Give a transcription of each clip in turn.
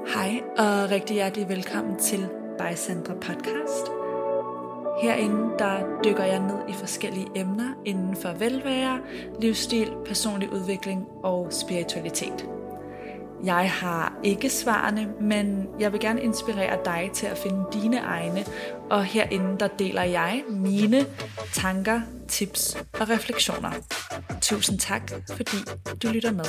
Hej og rigtig hjertelig velkommen til By Sandra Podcast. Herinde der dykker jeg ned i forskellige emner inden for velvære, livsstil, personlig udvikling og spiritualitet. Jeg har ikke svarene, men jeg vil gerne inspirere dig til at finde dine egne, og herinde der deler jeg mine tanker, tips og refleksioner. Tusind tak, fordi du lytter med.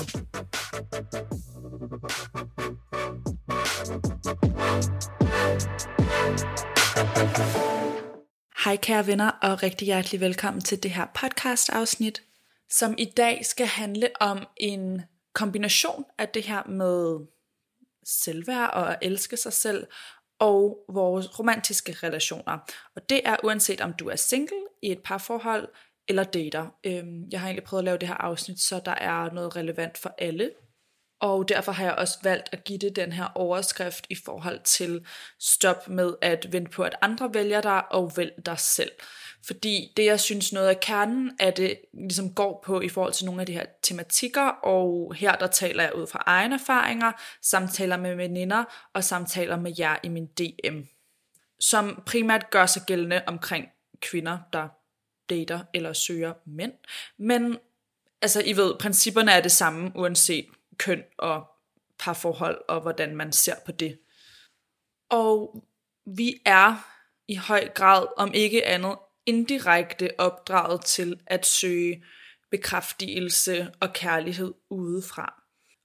Hej kære venner og rigtig hjertelig velkommen til det her podcast afsnit, som i dag skal handle om en kombination af det her med selvværd og at elske sig selv og vores romantiske relationer. Og det er uanset om du er single i et parforhold eller dater. Jeg har egentlig prøvet at lave det her afsnit, så der er noget relevant for alle. Og derfor har jeg også valgt at give det den her overskrift i forhold til stop med at vente på, at andre vælger dig og vælg dig selv. Fordi det, jeg synes noget af kernen af det ligesom går på i forhold til nogle af de her tematikker, og her der taler jeg ud fra egne erfaringer, samtaler med veninder og samtaler med jer i min DM, som primært gør sig gældende omkring kvinder, der dater eller søger mænd. Men altså, I ved, principperne er det samme uanset køn og parforhold og hvordan man ser på det. Og vi er i høj grad, om ikke andet, indirekte opdraget til at søge bekræftelse og kærlighed udefra.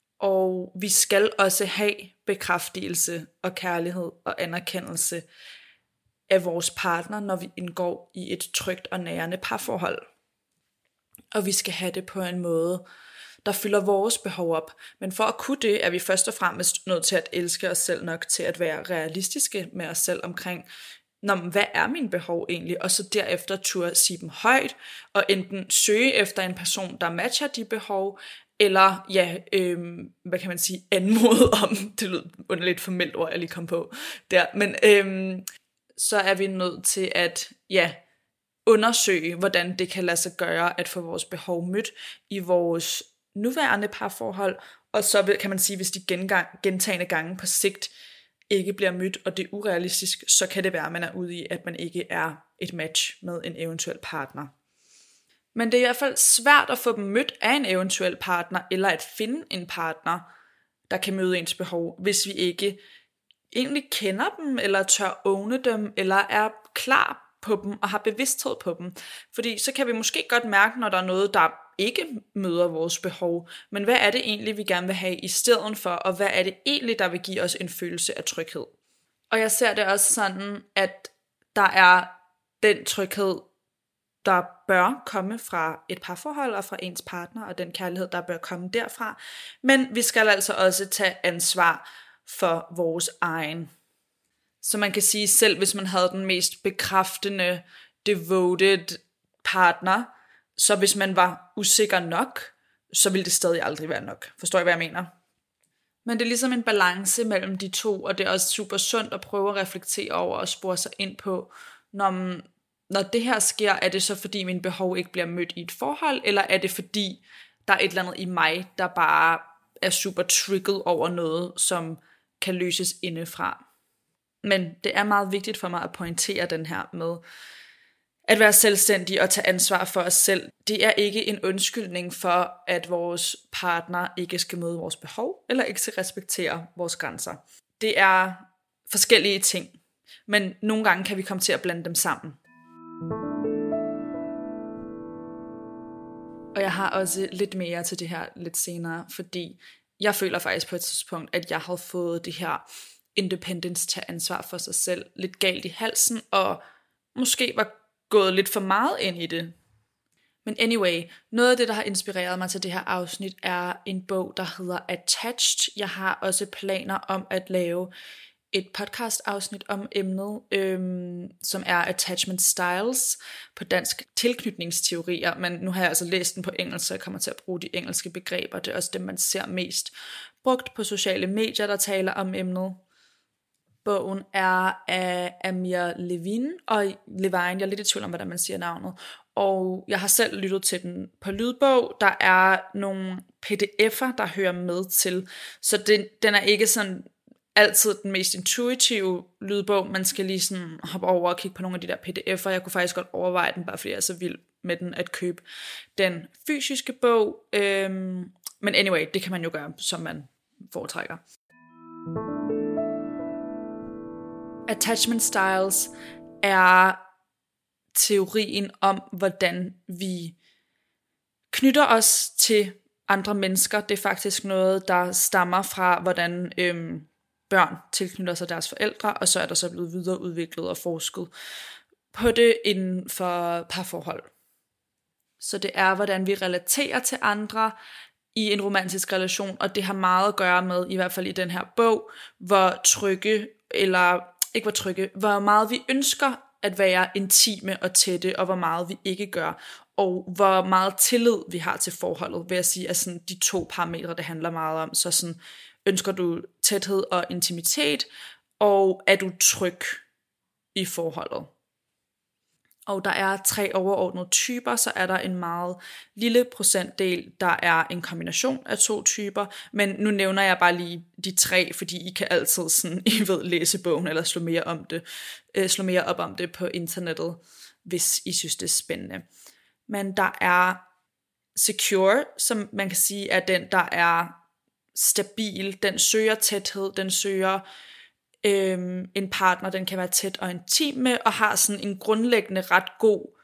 Og vi skal også have bekræftelse og kærlighed og anerkendelse af vores partner, når vi indgår i et trygt og nærende parforhold. Og vi skal have det på en måde, der fylder vores behov op. Men for at kunne det, er vi først og fremmest nødt til at elske os selv nok til at være realistiske med os selv omkring, hvad er mine behov egentlig? Og så derefter turde sige dem højt, og enten søge efter en person, der matcher de behov, eller hvad kan man sige, anmode om, det lyder underligt formelt ord, jeg lige kom på der, men så er vi nødt til at, undersøge, hvordan det kan lade sig gøre at få vores behov mødt i vores nuværende parforhold, og så kan man sige, hvis de gentagne gange på sigt ikke bliver mødt, og det er urealistisk, så kan det være, at man er ude i, at man ikke er et match med en eventuel partner. Men det er i hvert fald svært at få dem mødt af en eventuel partner, eller at finde en partner, der kan møde ens behov, hvis vi ikke egentlig kender dem, eller tør åbne dem, eller er klar på dem, og har bevidsthed på dem. Fordi så kan vi måske godt mærke, når der er noget, der ikke møder vores behov, men hvad er det egentlig, vi gerne vil have i stedet for, og hvad er det egentlig, der vil give os en følelse af tryghed? Og jeg ser det også sådan, at der er den tryghed, der bør komme fra et parforhold og fra ens partner, og den kærlighed, der bør komme derfra. Men vi skal altså også tage ansvar for vores egen. Så man kan sige, selv hvis man havde den mest bekræftende, devoted partner, så hvis man var usikker nok, så ville det stadig aldrig være nok. Forstår I, hvad jeg mener? Men det er ligesom en balance mellem de to, og det er også super sundt at prøve at reflektere over og spore sig ind på, når det her sker, er det så fordi min behov ikke bliver mødt i et forhold, eller er det fordi der er et eller andet i mig, der bare er super trigget over noget, som kan løses indefra. Men det er meget vigtigt for mig at pointere den her med at være selvstændig og tage ansvar for os selv. Det er ikke en undskyldning for, at vores partner ikke skal møde vores behov, eller ikke skal respektere vores grænser. Det er forskellige ting, men nogle gange kan vi komme til at blande dem sammen. Og jeg har også lidt mere til det her lidt senere, fordi jeg føler faktisk på et tidspunkt, at jeg har fået det her independence til ansvar for sig selv lidt galt i halsen, og måske var gået lidt for meget ind i det. Men anyway, noget af det, der har inspireret mig til det her afsnit, er en bog, der hedder Attached. Jeg har også planer om at lave et podcast-afsnit om emnet, som er Attachment Styles, på dansk tilknytningsteorier, men nu har jeg altså læst den på engelsk, så jeg kommer til at bruge de engelske begreber. Det er også det, man ser mest brugt på sociale medier, der taler om emnet. Bogen er af Amir Levine, jeg er lidt i tvivl om, hvordan man siger navnet, og jeg har selv lyttet til den på lydbog. Der er nogle pdf'er, der hører med til, så den er ikke sådan altid den mest intuitive lydbog. Man skal lige sådan hoppe over og kigge på nogle af de der pdf'er. Jeg kunne faktisk godt overveje den, bare fordi jeg er så vild med den, at købe den fysiske bog. Men anyway, det kan man jo gøre, som man foretrækker. Attachment styles er teorien om, hvordan vi knytter os til andre mennesker. Det er faktisk noget, der stammer fra, hvordan børn tilknytter sig deres forældre, og så er der så blevet videreudviklet og forsket på det inden for parforhold. Så det er, hvordan vi relaterer til andre i en romantisk relation, og det har meget at gøre med, i hvert fald i den her bog, hvor meget vi ønsker at være intime og tætte, og hvor meget vi ikke gør, og hvor meget tillid vi har til forholdet, vil jeg sige, er sådan de 2 parametre, det handler meget om. Så sådan, ønsker du tæthed og intimitet, og er du tryg i forholdet? Og der er 3 overordnede typer, så er der en meget lille procentdel, der er en kombination af 2 typer, men nu nævner jeg bare lige de 3, fordi I kan altid sådan, læse bogen, eller slå mere op om det på internettet, hvis I synes det er spændende. Men der er secure, som man kan sige er den, der er stabil, den søger tæthed, den søger en partner, den kan være tæt og intim med, og har sådan en grundlæggende ret god,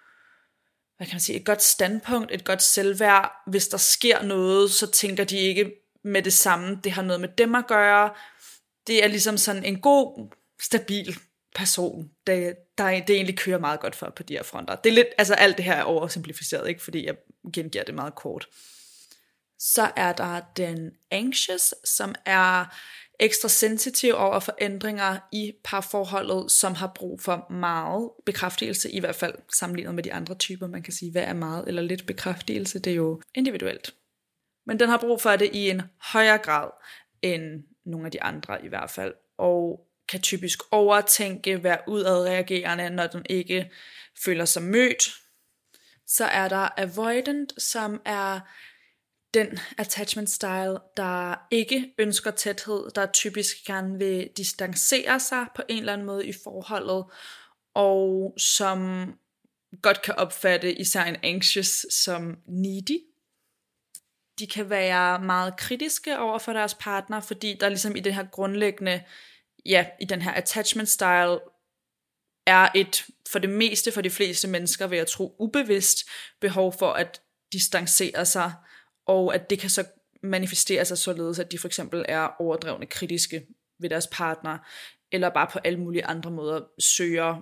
et godt standpunkt, et godt selvværd. Hvis der sker noget, så tænker de ikke med det samme, det har noget med dem at gøre. Det er ligesom sådan en god, stabil person, det egentlig kører meget godt for på de her fronter. Det er lidt, altså alt det her er oversimplificeret, ikke, fordi jeg gengiver det meget kort. Så er der den anxious, som er ekstra sensitiv over for ændringer i parforholdet, som har brug for meget bekræftelse, i hvert fald sammenlignet med de andre typer. Man kan sige, hvad er meget eller lidt bekræftelse, det er jo individuelt. Men den har brug for det i en højere grad end nogle af de andre i hvert fald, og kan typisk overtænke, være udadreagerende, når den ikke føler sig mødt. Så er der avoidant, som er den attachment style, der ikke ønsker tæthed, der typisk gerne vil distancere sig på en eller anden måde i forholdet, og som godt kan opfatte især en anxious som needy. De kan være meget kritiske over for deres partner, fordi der ligesom i det her grundlæggende, i den her attachment style, er et for det meste, for de fleste mennesker, vil jeg tro, ubevidst behov for at distancere sig, og at det kan så manifestere sig således, at de for eksempel er overdrevne kritiske ved deres partner, eller bare på alle mulige andre måder søger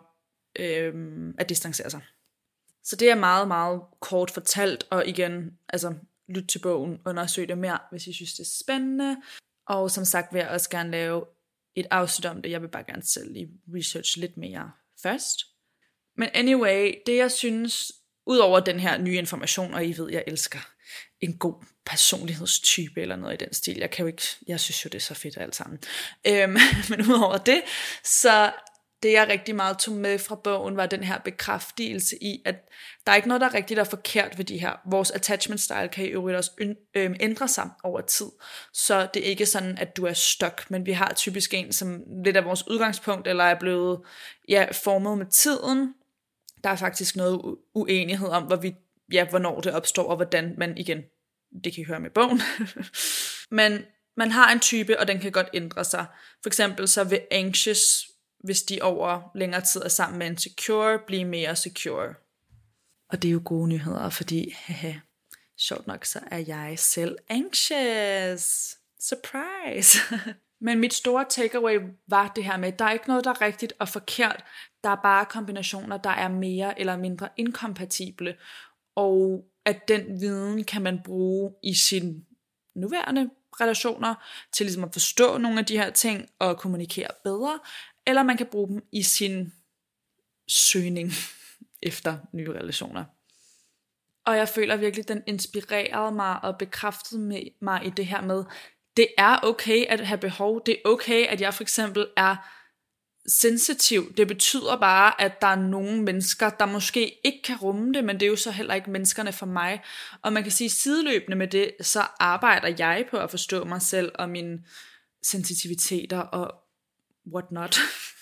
at distancere sig. Så det er meget, meget kort fortalt, og igen, altså lyt til bogen, undersøg det mere, hvis I synes det er spændende, og som sagt vil jeg også gerne lave et afsnit om det. Jeg vil bare gerne selv lige research lidt mere først. Men anyway, det jeg synes, ud over den her nye information, og I ved, jeg elsker en god personlighedstype eller noget i den stil. Jeg synes jo, det er så fedt alt sammen. Men udover det, så det jeg rigtig meget tog med fra bogen, var den her bekræftelse i, at der er ikke noget, der er rigtigt og forkert ved de her. Vores attachment style kan i øvrigt også ændre sig over tid. Så det er ikke sådan, at du er stuck, men vi har typisk en, som lidt af vores udgangspunkt, eller er blevet formet med tiden. Der er faktisk noget uenighed om, hvornår det opstår, og hvordan man igen, det kan I høre med bogen. Men man har en type, og den kan godt ændre sig. For eksempel så vil anxious, hvis de over længere tid er sammen med en secure, blive mere secure. Og det er jo gode nyheder, fordi sjovt nok, så er jeg selv anxious. Surprise! Men mit store takeaway var det her med, at der er ikke noget, der er rigtigt og forkert. Der er bare kombinationer, der er mere eller mindre inkompatible. Og at den viden kan man bruge i sine nuværende relationer, til ligesom at forstå nogle af de her ting og kommunikere bedre. Eller man kan bruge dem i sin søgning efter nye relationer. Og jeg føler virkelig, at den inspirerede mig og bekræftede mig i det her med, det er okay at have behov. Det er okay, at jeg for eksempel er sensitiv. Det betyder bare, at der er nogle mennesker, der måske ikke kan rumme det, men det er jo så heller ikke menneskerne for mig. Og man kan sige, sideløbende med det, så arbejder jeg på at forstå mig selv og min sensitiviteter og what not.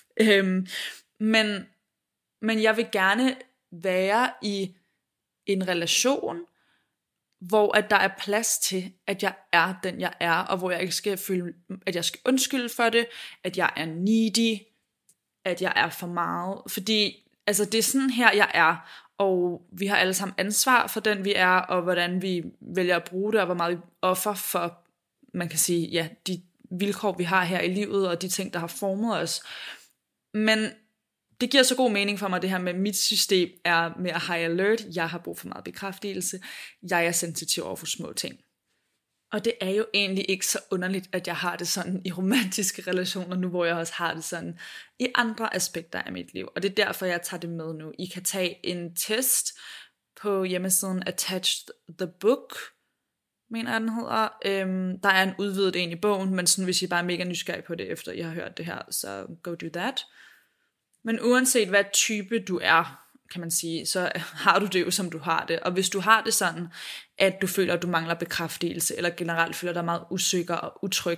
Men jeg vil gerne være i en relation, hvor at der er plads til, at jeg er den, jeg er, og hvor jeg ikke skal føle, at jeg skal undskylde for det, at jeg er needy, at jeg er for meget. Fordi altså, det er sådan her, jeg er, og vi har alle sammen ansvar for den, vi er, og hvordan vi vælger at bruge det, og hvor meget vi offer for, man kan sige, ja, de vilkår, vi har her i livet, og de ting, der har formet os. Men det giver så god mening for mig, det her med, mit system er mere high alert, jeg har brug for meget bekræftelse, jeg er sensitiv over for små ting. Og det er jo egentlig ikke så underligt, at jeg har det sådan i romantiske relationer nu, hvor jeg også har det sådan i andre aspekter af mit liv. Og det er derfor, jeg tager det med nu. I kan tage en test på hjemmesiden Attached the Book, mener jeg den hedder. Der er en udvidet en i bogen, men sådan, hvis I bare er mega nysgerrig på det, efter I har hørt det her, så go do that. Men uanset hvad type du er, kan man sige, så har du det jo, som du har det. Og hvis du har det sådan, at du føler, at du mangler bekræftelse, eller generelt føler dig meget usikker og utryg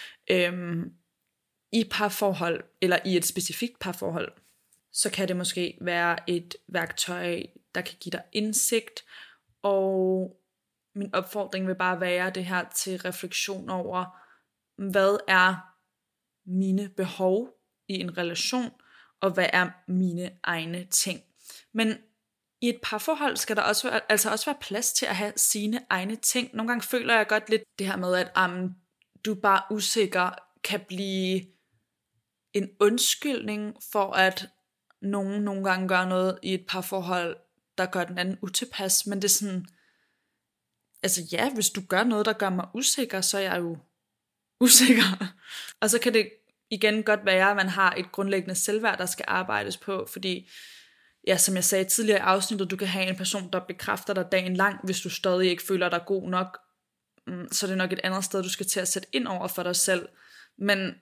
i parforhold, eller i et specifikt parforhold, så kan det måske være et værktøj, der kan give dig indsigt. Og min opfordring vil bare være det her til refleksion over, hvad er mine behov i en relation, og hvad er mine egne ting. Men i et parforhold skal der også være plads til at have sine egne ting. Nogle gange føler jeg godt lidt det her med, at du er bare usikker, kan blive en undskyldning for, at nogen nogle gange gør noget i et parforhold, der gør den anden utilpas. Men det er sådan, altså ja, hvis du gør noget, der gør mig usikker, så er jeg jo usikker. Og så kan det igen godt være, at man har et grundlæggende selvværd, der skal arbejdes på, fordi, ja, som jeg sagde tidligere i afsnittet, du kan have en person, der bekræfter dig dagen lang, hvis du stadig ikke føler dig god nok, så er det nok et andet sted, du skal til at sætte ind over for dig selv. Men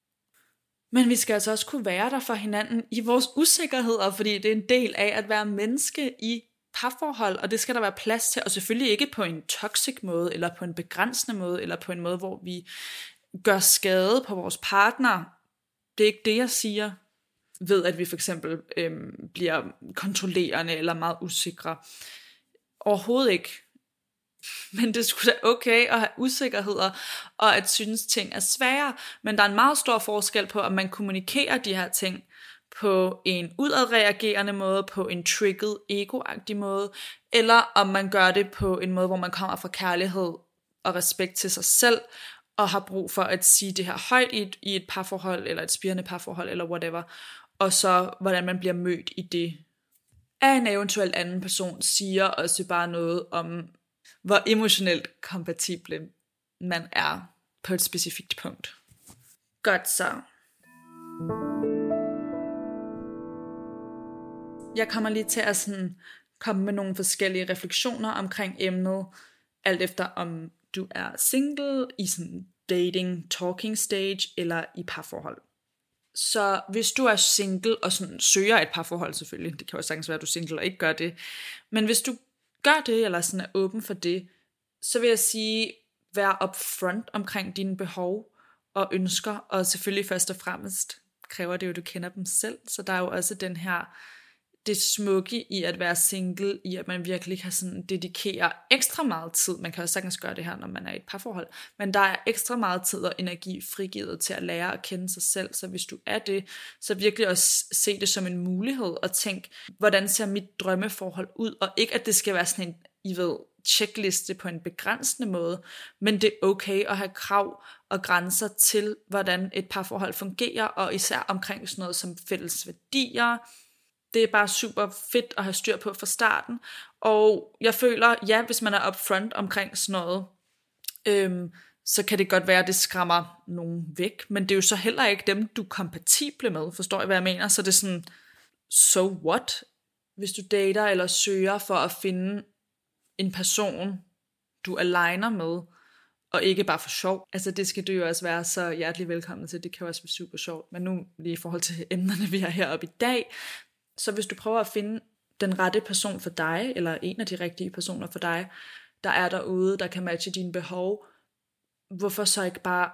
vi skal altså også kunne være der for hinanden i vores usikkerheder, fordi det er en del af at være menneske i parforhold, og det skal der være plads til, og selvfølgelig ikke på en toxic måde, eller på en begrænsende måde, eller på en måde, hvor vi gør skade på vores partner. Det er ikke det, jeg siger, ved at vi for eksempel bliver kontrollerende eller meget usikre. Overhovedet ikke. Men det skulle da okay at have usikkerheder, og at synes ting er svære. Men der er en meget stor forskel på, om man kommunikerer de her ting på en udadreagerende måde, på en trigget, egoagtig måde, eller om man gør det på en måde, hvor man kommer fra kærlighed og respekt til sig selv, og har brug for at sige det her højt i et parforhold, eller et spirende parforhold, eller whatever, og så hvordan man bliver mødt i det. Af en eventuel anden person siger også bare noget om, hvor emotionelt kompatible man er på et specifikt punkt. Godt så. Jeg kommer lige til at sådan komme med nogle forskellige refleksioner omkring emnet, alt efter om du er single, i sådan dating, talking stage, eller i parforhold. Så hvis du er single, og sådan søger et parforhold selvfølgelig, det kan jo sagtens være, at du er single og ikke gør det, men hvis du gør det, eller sådan er åben for det, så vil jeg sige, vær upfront omkring dine behov og ønsker, og selvfølgelig først og fremmest kræver det jo, at du kender dem selv, så der er jo også den her, det smukke i at være single, i at man virkelig kan sådan dedikere ekstra meget tid, man kan også sagtens gøre det her, når man er i et parforhold, men der er ekstra meget tid og energi frigivet til at lære at kende sig selv, så hvis du er det, så virkelig også se det som en mulighed, og tænk, hvordan ser mit drømmeforhold ud, og ikke at det skal være sådan en, I ved, checkliste på en begrænsende måde, men det er okay at have krav og grænser til, hvordan et parforhold fungerer, og især omkring sådan noget som fælles værdier. Det er bare super fedt at have styr på fra starten, og jeg føler, ja, hvis man er upfront omkring sådan noget, så kan det godt være, at det skræmmer nogen væk, men det er jo så heller ikke dem, du er kompatible med, forstår I, hvad jeg mener? Så det er sådan, so what? Hvis du dater eller søger for at finde en person, du aligner med, og ikke bare for sjov. Altså det skal du jo også være så hjertelig velkommen til, det kan jo også være super sjovt, men nu lige i forhold til emnerne, vi har heroppe i dag, så hvis du prøver at finde den rette person for dig, eller en af de rigtige personer for dig, der er derude, der kan matche dine behov, hvorfor så ikke bare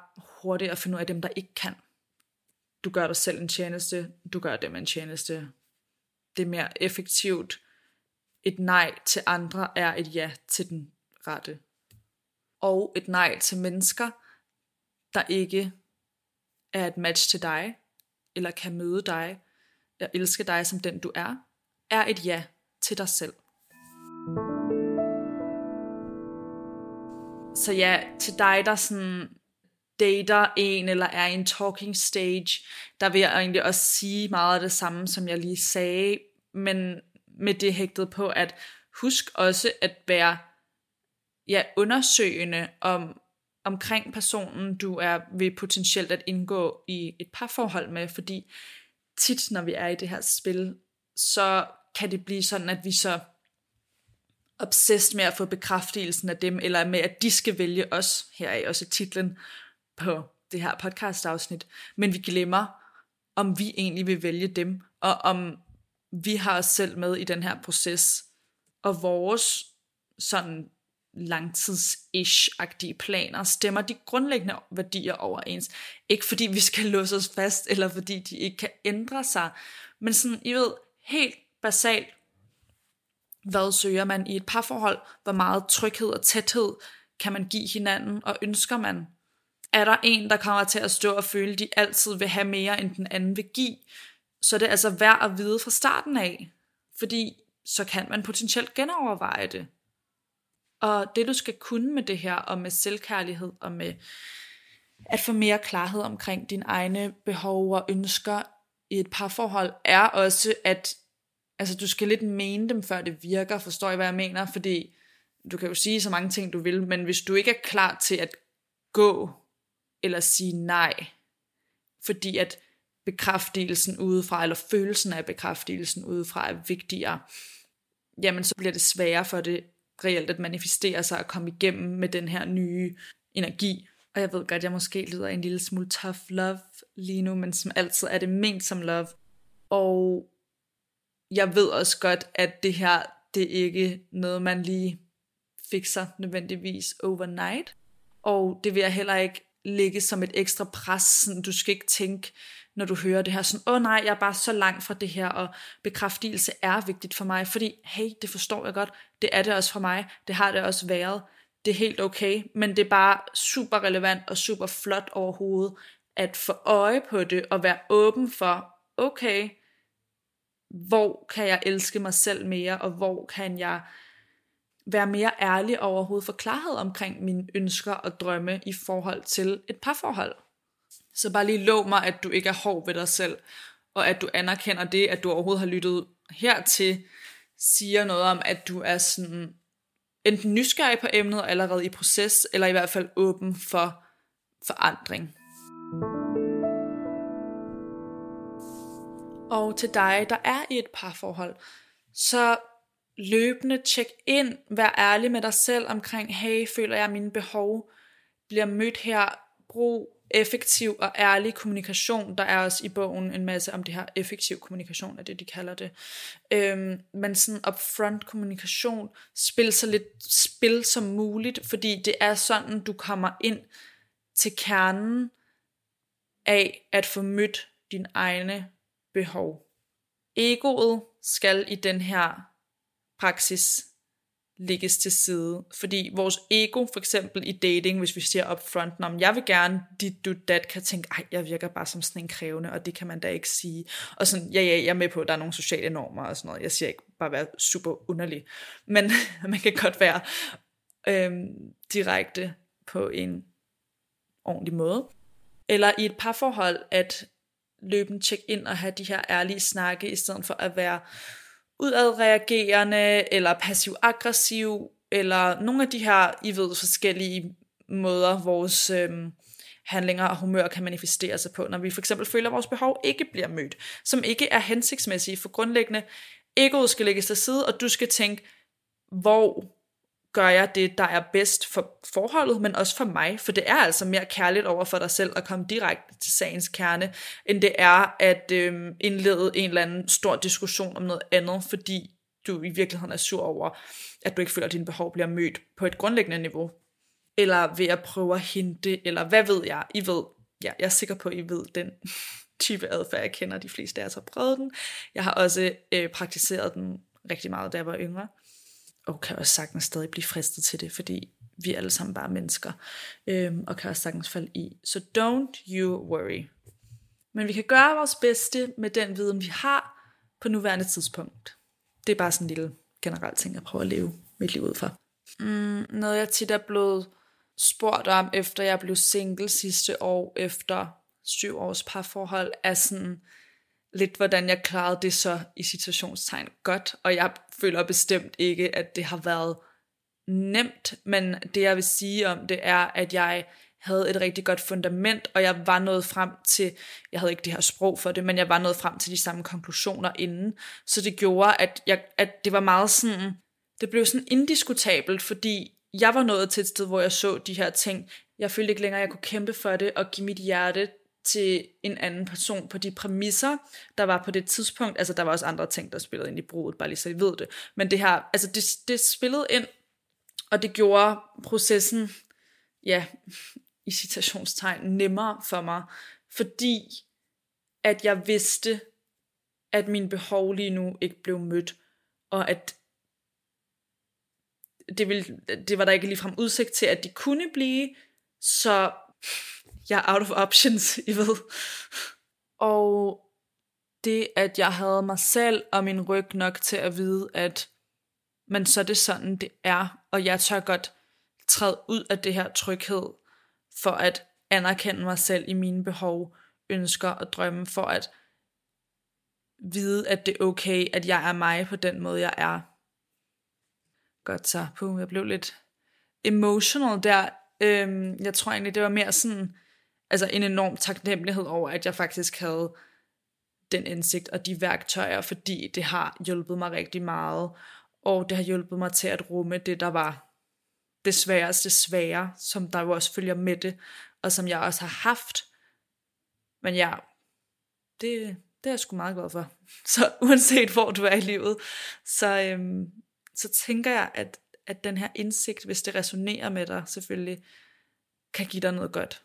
hurtigere at finde ud af dem, der ikke kan. Du gør dig selv en tjeneste, du gør dem en tjeneste. Det er mere effektivt. Et nej til andre er et ja til den rette. Og et nej til mennesker, der ikke er et match til dig, eller kan møde dig, eller elske dig som den du er et ja til dig selv. Så ja, til dig, der sådan dater en, eller er i en talking stage, der vil jeg egentlig også sige meget af det samme, som jeg lige sagde, men med det hægtet på, at husk også at være undersøgende omkring personen, du er ved potentielt at indgå i et parforhold med, fordi tit, når vi er i det her spil, så kan det blive sådan, at vi så obsessed med at få bekræftelsen af dem, eller med, at de skal vælge os, her er også titlen på det her podcast-afsnit, men vi glemmer, om vi egentlig vil vælge dem, og om vi har os selv med i den her proces, og vores sådan langtids-ish-agtige planer, stemmer de grundlæggende værdier overens. Ikke fordi vi skal låse os fast, eller fordi de ikke kan ændre sig, men sådan, I ved, helt basalt, hvad søger man i et parforhold? Hvor meget tryghed og tæthed kan man give hinanden, og ønsker man? Er der en, der kommer til at stå og føle, de altid vil have mere, end den anden vil give, så er det altså værd at vide fra starten af, fordi så kan man potentielt genoverveje det. Og det du skal kunne med det her, og med selvkærlighed, og med at få mere klarhed omkring dine egne behov og ønsker i et parforhold, er også, at altså, du skal lidt mene dem, før det virker. Forstår I, hvad jeg mener? Fordi du kan jo sige så mange ting, du vil, men hvis du ikke er klar til at gå eller sige nej, fordi at bekræftelsen udefra, eller følelsen af bekræftelsen udefra er vigtigere, jamen så bliver det sværere for det reelt at manifestere sig og komme igennem med den her nye energi. Og jeg ved godt, jeg måske lyder en lille smule tough love lige nu, men som altid er det ment som love. Og jeg ved også godt, at det her, det er ikke noget, man lige fikser nødvendigvis overnight. Og det vil jeg heller ikke lægge som et ekstra pres. Sådan, du skal ikke tænke, når du hører det her, sådan, nej, jeg er bare så langt fra det her, og bekræftelse er vigtigt for mig, fordi, hey, det forstår jeg godt, det er det også for mig, det har det også været, det er helt okay, men det er bare super relevant og super flot overhovedet, at få øje på det, og være åben for, okay, hvor kan jeg elske mig selv mere, og hvor kan jeg være mere ærlig og overhovedet få klarhed omkring mine ønsker og drømme i forhold til et parforhold. Så bare lige lov mig, at du ikke er hård ved dig selv, og at du anerkender det, at du overhovedet har lyttet hertil, siger noget om, at du er sådan enten nysgerrig på emnet, og allerede i proces, eller i hvert fald åben for forandring. Og til dig, der er i et parforhold, så løbende tjek ind, vær ærlig med dig selv omkring, hey, føler jeg, at mine behov bliver mødt her, brug effektiv og ærlig kommunikation. Der er også i bogen en masse om det her effektiv kommunikation, er det de kalder det. Men sådan upfront kommunikation, spil så lidt spil som muligt, fordi det er sådan, du kommer ind til kernen af at få mødt dine egne behov. Egoet skal i den her praksis lægges til side, fordi vores ego, for eksempel i dating, hvis vi siger upfront, om jeg vil gerne dit, du, dat, kan tænke, jeg virker bare som sådan en krævende, og det kan man da ikke sige, og sådan, jeg er med på, at der er nogle sociale normer og sådan noget, jeg siger ikke bare være super underlig, men man kan godt være direkte på en ordentlig måde, eller i et parforhold, at løbende tjekke ind og have de her ærlige snakke, i stedet for at være udadreagerende, eller passiv-aggressiv, eller nogle af de her, I ved, forskellige måder, vores handlinger og humør kan manifestere sig på, når vi for eksempel føler, at vores behov ikke bliver mødt, som ikke er hensigtsmæssige, for grundlæggende, egoet skal lægges til side, og du skal tænke, hvor gør jeg det, der er bedst for forholdet, men også for mig, for det er altså mere kærligt over for dig selv at komme direkte til sagens kerne, end det er at indlede en eller anden stor diskussion om noget andet, fordi du i virkeligheden er sur over, at du ikke føler, at dine behov bliver mødt på et grundlæggende niveau, eller ved at prøve at hinte, eller hvad ved jeg, I ved, jeg er sikker på, at I ved den type adfærd, jeg kender. De fleste af os har prøvet den. Jeg har også praktiseret den rigtig meget, da jeg var yngre. Og kan også sagtens stadig blive fristet til det, fordi vi er alle sammen bare mennesker. Og kan også sagtens falde i. Så don't you worry. Men vi kan gøre vores bedste med den viden, vi har på nuværende tidspunkt. Det er bare sådan en lille generel ting, jeg prøver at leve mit liv ud fra. Noget jeg tit er blevet spurgt om, efter jeg blev single sidste år, efter 7 års parforhold, er sådan lidt, hvordan jeg klarede det så i situationstegn godt. Og jeg føler bestemt ikke, at det har været nemt, men det jeg vil sige om det er, at jeg havde et rigtig godt fundament, og jeg var nået frem til, jeg havde ikke det her sprog for det, men jeg var nået frem til de samme konklusioner inden, så det gjorde, at det var meget sådan, det blev sådan indiskutabelt, fordi jeg var nået til et sted, hvor jeg så de her ting, jeg følte ikke længere, at jeg kunne kæmpe for det, og give mit hjerte til en anden person på de præmisser, der var på det tidspunkt. Altså der var også andre ting, der spillede ind i brudet, bare lige så I ved det, men det her, altså det spillede ind, og det gjorde processen, ja, i citationstegn, nemmere for mig, fordi at jeg vidste, at mine behov lige nu ikke blev mødt, og at det var der ikke ligefrem udsigt til, at de kunne blive, så jeg er out of options, I ved. Og det, at jeg havde mig selv og min ryg nok til at vide, at men så er det sådan, det er, og jeg tør godt træde ud af det her tryghed, for at anerkende mig selv i mine behov, ønsker og drømme, for at vide, at det er okay, at jeg er mig på den måde, jeg er. Godt så, jeg blev lidt emotional der. Jeg tror egentlig, det var mere sådan, altså en enorm taknemmelighed over, at jeg faktisk havde den indsigt og de værktøjer, fordi det har hjulpet mig rigtig meget, og det har hjulpet mig til at rumme det, der var det sværeste svære, som der jo også følger med det, og som jeg også har haft. Men ja, det er jeg sgu meget glad for. Så uanset hvor du er i livet, så tænker jeg, at den her indsigt, hvis det resonerer med dig, selvfølgelig kan give dig noget godt.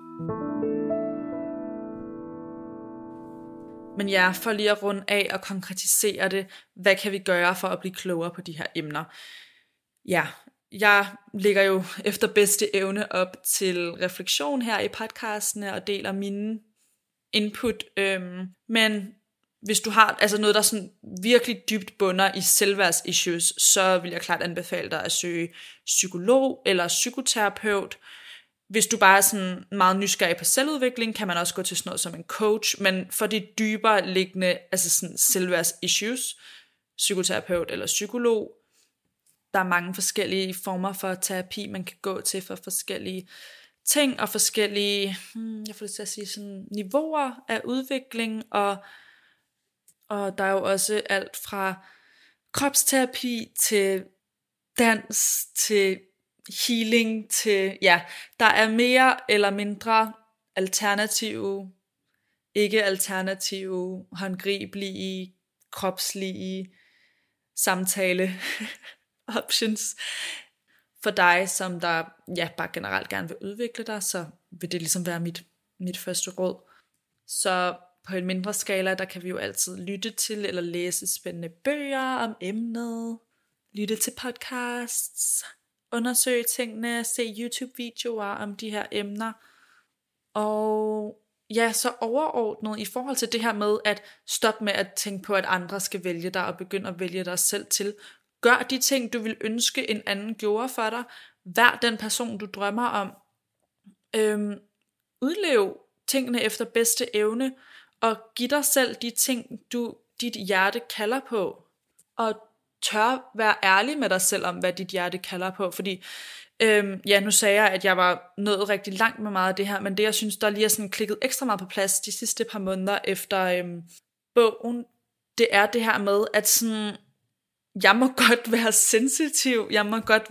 Men ja, for lige at runde af og konkretisere det, hvad kan vi gøre for at blive klogere på de her emner? Ja, jeg lægger jo efter bedste evne op til refleksion her i podcastene og deler mine input. Men hvis du har altså noget, der sådan virkelig dybt bunder i selvværdsissues, så vil jeg klart anbefale dig at søge psykolog eller psykoterapeut. Hvis du bare er sådan meget nysgerrig på selvudvikling, kan man også gå til sådan noget som en coach, men for de dybere liggende, altså sådan selvværdsissues, psykoterapeut eller psykolog. Der er mange forskellige former for terapi, man kan gå til for forskellige ting, og forskellige, jeg får lyst til at sige sådan, niveauer af udvikling, og der er jo også alt fra kropsterapi til dans, til healing, til, ja, der er mere eller mindre alternative, ikke alternative, håndgribelige, kropslige samtale options for dig, som der bare generelt gerne vil udvikle dig, så vil det ligesom være mit første råd. Så på en mindre skala, der kan vi jo altid lytte til eller læse spændende bøger om emnet, lytte til podcasts, undersøge tingene, se YouTube-videoer om de her emner. Og ja, så overordnet i forhold til det her med at stoppe med at tænke på, at andre skal vælge dig og begynde at vælge dig selv til. Gør de ting, du vil ønske en anden gjorde for dig. Vær den person, du drømmer om. Udlev tingene efter bedste evne, og giv dig selv de ting, dit hjerte kalder på. Og tør være ærlig med dig selv om, hvad dit hjerte kalder på. Fordi, nu sagde jeg, at jeg var nået rigtig langt med meget af det her, men det, jeg synes, der lige er sådan klikket ekstra meget på plads de sidste par måneder efter bogen, det er det her med, at sådan, jeg må godt være sensitiv, jeg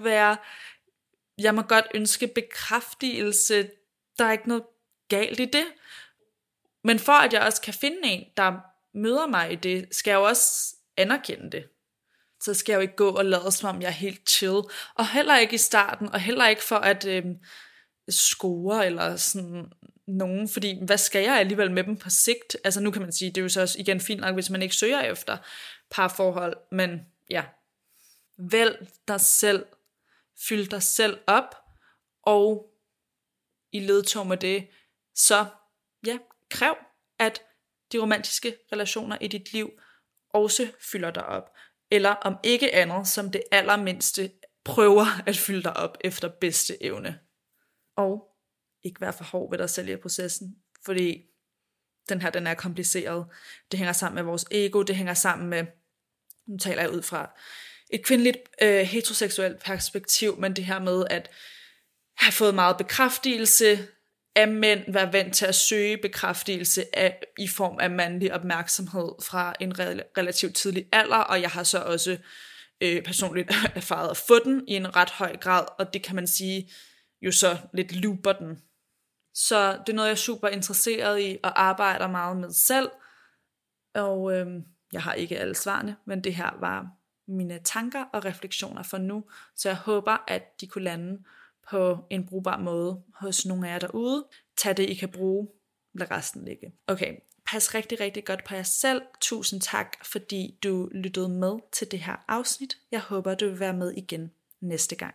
må godt ønske bekræftelse, der er ikke noget galt i det. Men for at jeg også kan finde en, der møder mig i det, skal jeg jo også anerkende det. Så skal jeg jo ikke gå og lade som om jeg er helt chill. Og heller ikke i starten, og heller ikke for at score eller sådan nogen, fordi hvad skal jeg alligevel med dem på sigt? Altså nu kan man sige, det er jo så også igen fint nok, hvis man ikke søger efter parforhold, men ja, vælg dig selv, fyld dig selv op, og i ledtog med det, så ja, kræv, at de romantiske relationer i dit liv også fylder dig op, eller om ikke andet, som det allermindste, prøver at fylde dig op efter bedste evne. Og ikke være for hård ved dig selv i processen, fordi den er kompliceret. Det hænger sammen med vores ego, det hænger sammen med, nu taler jeg ud fra et kvindeligt heteroseksuelt perspektiv, men det her med at have fået meget bekræftelse af mænd, være vant til at søge bekræftelse i form af mandlig opmærksomhed fra en relativt tidlig alder, og jeg har så også personligt erfaret at få den i en ret høj grad, og det kan man sige jo så lidt looper den. Så det er noget, jeg er super interesseret i, og arbejder meget med selv, og jeg har ikke alle svarene, men det her var mine tanker og refleksioner for nu, så jeg håber, at de kunne lande på en brugbar måde hos nogle af jer derude. Tag det, I kan bruge. Lad resten ligge. Okay, pas rigtig, rigtig godt på jer selv. Tusind tak, fordi du lyttede med til det her afsnit. Jeg håber, du vil være med igen næste gang.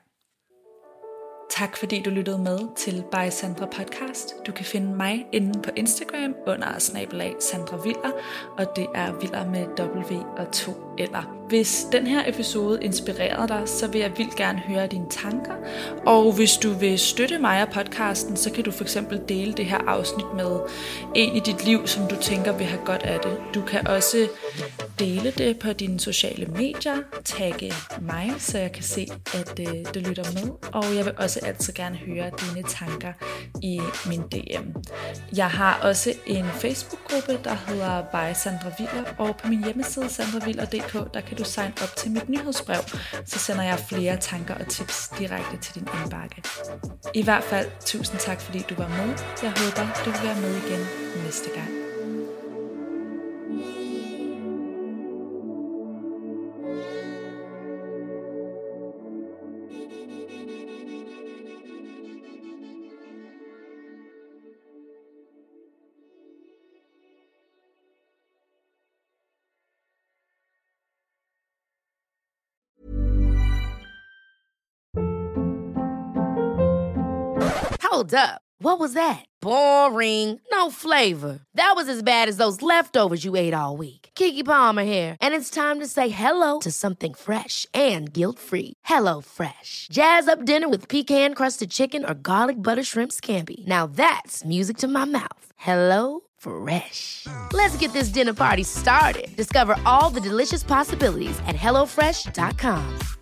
Tak fordi du lyttede med til By Sandra Podcast. Du kan finde mig inde på Instagram under @SandraViller, og det er Viller med W og 2 L'er. Hvis den her episode inspirerede dig, så vil jeg vildt gerne høre dine tanker. Og hvis du vil støtte mig og podcasten, så kan du for eksempel dele det her afsnit med en i dit liv, som du tænker vil have godt af det. Du kan også dele det på dine sociale medier, tagge mig, så jeg kan se, at du lytter med. Og jeg vil også altid gerne høre dine tanker i min DM. Jeg har også en Facebook-gruppe, der hedder By Sandra Viller, og på min hjemmeside sandraviller.dk, der kan du signe op til mit nyhedsbrev, så sender jeg flere tanker og tips direkte til din indbakke. I hvert fald, tusind tak fordi du var med. Jeg håber, du vil være med igen næste gang. Hold up. What was that? Boring. No flavor. That was as bad as those leftovers you ate all week. Keke Palmer here, and it's time to say hello to something fresh and guilt-free. Hello Fresh. Jazz up dinner with pecan-crusted chicken or garlic butter shrimp scampi. Now that's music to my mouth. Hello Fresh. Let's get this dinner party started. Discover all the delicious possibilities at HelloFresh.com.